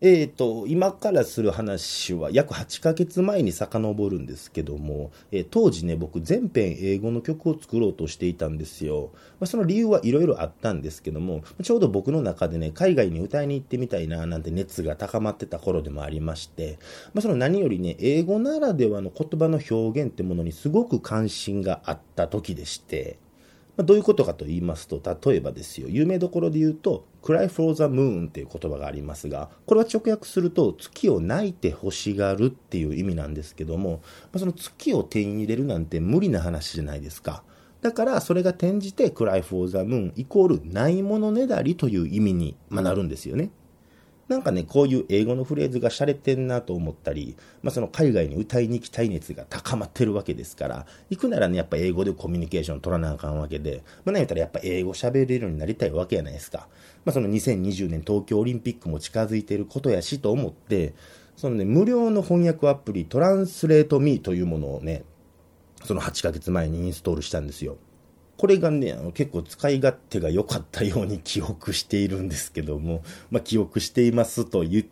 今からする話は約8ヶ月前に遡るんですけども、当時ね、僕全編英語の曲を作ろうとしていたんですよ。その理由はいろいろあったんですけども、ちょうど僕の中でね、海外に歌いに行ってみたいななんて熱が高まってた頃でもありまして、その何よりね、英語ならではの言葉の表現ってものにすごく関心があった時でして、どういうことかと言いますと、例えばですよ、有名どころで言うと、Cry for the Moon っていう言葉がありますが、これは直訳すると、月を泣いて欲しがるっていう意味なんですけども、その月を手に入れるなんて無理な話じゃないですか。だから、それが転じて Cry for the Moon イコールないものねだりという意味になるんですよね。なんかね、こういう英語のフレーズが洒落てんなと思ったり、その海外に歌いに行きたい熱が高まってるわけですから、行くならね、やっぱ英語でコミュニケーション取らなあかんわけで、なん言ったらやっぱ英語喋れるようになりたいわけやないですか。その2020年東京オリンピックも近づいていることやしと思って、そのね、無料の翻訳アプリトランスレートミーというものをね、その8ヶ月前にインストールしたんですよ。これがね、結構使い勝手が良かったように記憶しているんですけども、記憶していますと言って、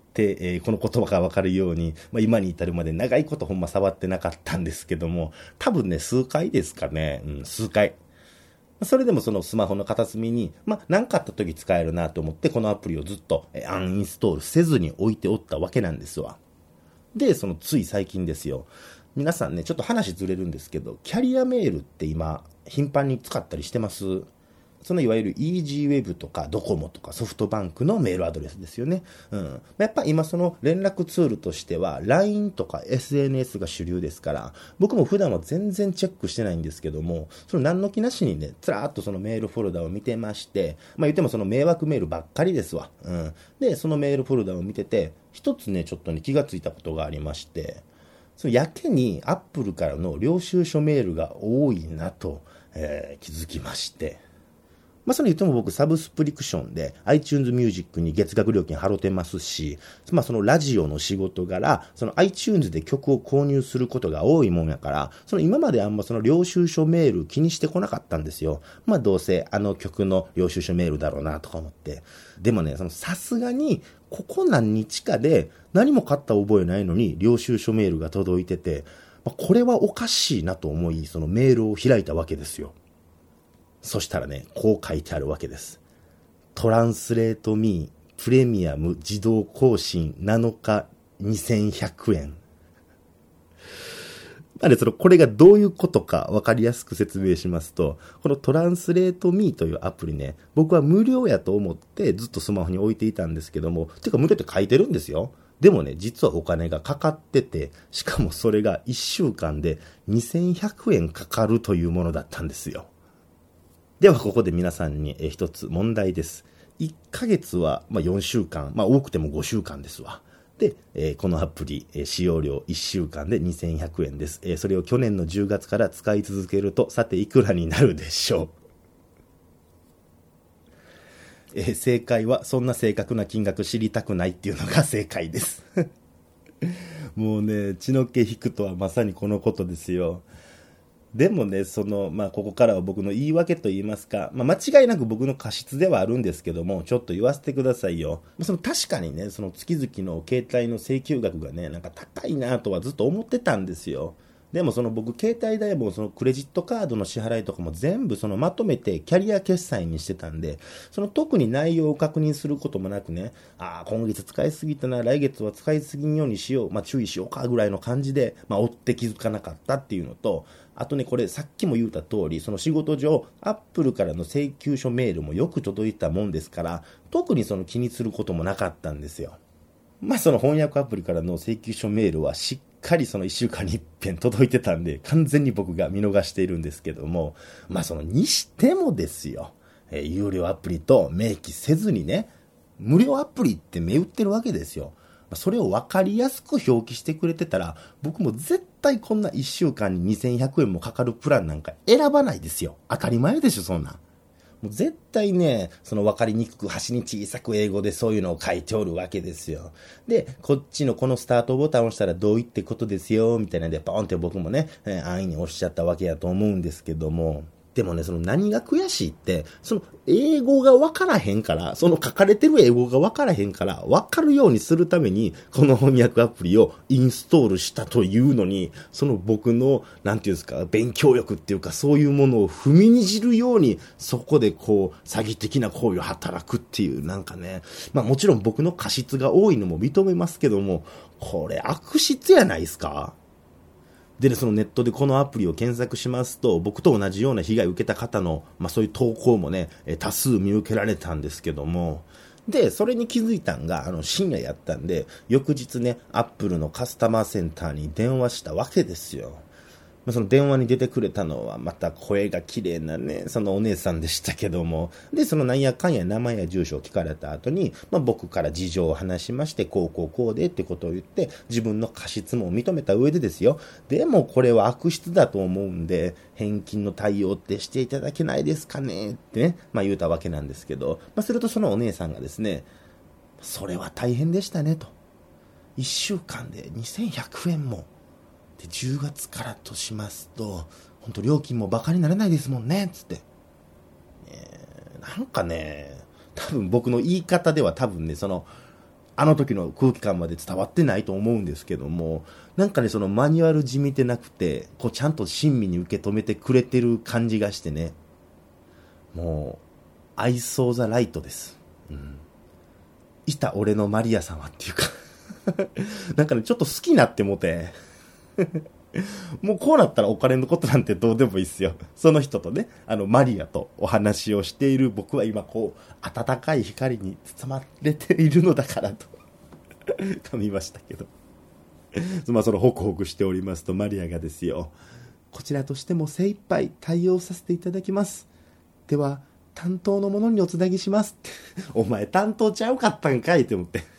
この言葉がわかるように、今に至るまで長いことほんま触ってなかったんですけども、多分ね、数回ですかね、数回。それでもそのスマホの片隅に、何かあった時使えるなと思って、このアプリをずっとアンインストールせずに置いておったわけなんですわ。で、そのつい最近ですよ。皆さんね、ちょっと話ずれるんですけど、キャリアメールって今、頻繁に使ったりしてます？そのいわゆる EasyWeb とかドコモとかソフトバンクのメールアドレスですよね。やっぱ今その連絡ツールとしては LINE とか SNS が主流ですから、僕も普段は全然チェックしてないんですけども、その何の気なしにね、つらーっとそのメールフォルダを見てまして、言ってもその迷惑メールばっかりですわ。で、そのメールフォルダを見てて、一つね、ちょっとね、気がついたことがありまして、そのやけにアップルからの領収書メールが多いなと、気づきまして、その言っても僕サブスプリクションで iTunes Music に月額料金払ってますし、そのラジオの仕事柄、その iTunes で曲を購入することが多いもんやから、その今まであんまその領収書メール気にしてこなかったんですよ。どうせあの曲の領収書メールだろうなとか思って。でもね、さすがにここ何日かで何も買った覚えないのに領収書メールが届いてて、これはおかしいなと思い、そのメールを開いたわけですよ。そしたらね、こう書いてあるわけです。トランスレートミープレミアム自動更新7日2100円。これがどういうことか分かりやすく説明しますと、このトランスレートミーというアプリね、僕は無料やと思ってずっとスマホに置いていたんですけども、てか無料って書いてるんですよ。でもね、実はお金がかかってて、しかもそれが1週間で2100円かかるというものだったんですよ。ではここで皆さんに一つ問題です。1ヶ月は4週間、多くても5週間ですわ。で、このアプリ、使用料1週間で2100円です。それを去年の10月から使い続けると、さていくらになるでしょう。正解は、そんな正確な金額知りたくないっていうのが正解です。もうね、血の気引くとはまさにこのことですよ。でもね、ここからは僕の言い訳と言いますか、間違いなく僕の過失ではあるんですけども、ちょっと言わせてくださいよ。確かにね、その月々の携帯の請求額がね、なんか高いなとはずっと思ってたんですよ。でも僕携帯代もクレジットカードの支払いとかも全部まとめてキャリア決済にしてたんで、特に内容を確認することもなくね、今月使いすぎたな、来月は使いすぎんようにしよう、注意しようかぐらいの感じで、追って気づかなかったっていうのと、あとね、これさっきも言った通り、仕事上、アップルからの請求書メールもよく届いたもんですから、特に気にすることもなかったんですよ。翻訳アプリからの請求書メールはしっかり1週間に一遍届いてたんで、完全に僕が見逃しているんですけども、にしてもですよ、有料アプリと明記せずにね、無料アプリって銘打ってるわけですよ。それを分かりやすく表記してくれてたら、僕も絶対こんな1週間に2100円もかかるプランなんか選ばないですよ。当たり前でしょ、そんなん。もう絶対ね、分かりにくく端に小さく英語でそういうのを書いておるわけですよ。で、こっちのこのスタートボタンを押したらどういってことですよ、みたいなんで、ポンって僕もね、安易に押しちゃったわけやと思うんですけども、 でもね、その何が悔しいって、その英語が分からへんから、その書かれてる英語が分からへんから、分かるようにするために、この翻訳アプリをインストールしたというのに、その僕の、なんていうんですか、勉強力っていうか、そういうものを踏みにじるように、そこでこう、詐欺的な行為を働くっていう、なんかね、まあもちろん僕の過失が多いのも認めますけども、これ悪質やないですか？でね、そのネットでこのアプリを検索しますと、僕と同じような被害を受けた方の、まあそういう投稿もね、多数見受けられたんですけども、で、それに気づいたんが、深夜やったんで、翌日ね、アップルのカスタマーセンターに電話したわけですよ。その電話に出てくれたのはまた声が綺麗なね、そのお姉さんでしたけども、で、そのなんやかんや名前や住所を聞かれた後に、まあ僕から事情を話しまして、こうでってことを言って、自分の過失も認めた上でですよ。でもこれは悪質だと思うんで、返金の対応ってしていただけないですかねってね、まあ言うたわけなんですけど、まあするとそのお姉さんがですね、それは大変でしたねと。1週間で2100円も。で10月からとしますと本当料金もバカにならないですもんねつって、なんかね、多分僕の言い方では多分ね、そのあの時の空気感まで伝わってないと思うんですけども、なんかね、そのマニュアルじみてなくて、こうちゃんと親身に受け止めてくれてる感じがしてね、もうI saw the lightです、いた俺のマリア様っていうかなんかね、ちょっと好きになってもてもうこうなったらお金のことなんてどうでもいいっすよ。その人とね、マリアとお話をしている僕は今こう温かい光に包まれているのだからと噛みましたけどまあそのホクホクしておりますと、マリアがですよ、こちらとしても精一杯対応させていただきます。では担当の者におつなぎしますってお前担当ちゃうかったんかいって思って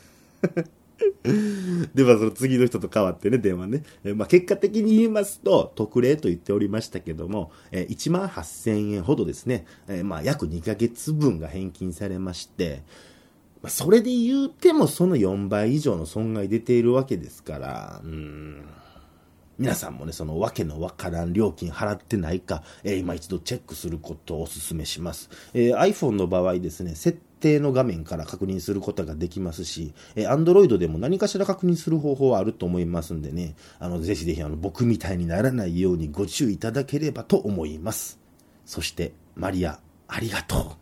ではその次の人と変わってね、電話ね、まあ、結果的に言いますと特例と言っておりましたけども、18,000円ほどですね、まあ約2ヶ月分が返金されまして、まあ、それで言うてもその4倍以上の損害出ているわけですから、皆さんもね、そのわけのわからん料金払ってないか、今一度チェックすることをお勧めします。iPhone の場合ですね、設定の画面から確認することができますし、Android でも何かしら確認する方法はあると思いますんでね、ぜひぜひ僕みたいにならないようにご注意いただければと思います。そして、マリア、ありがとう。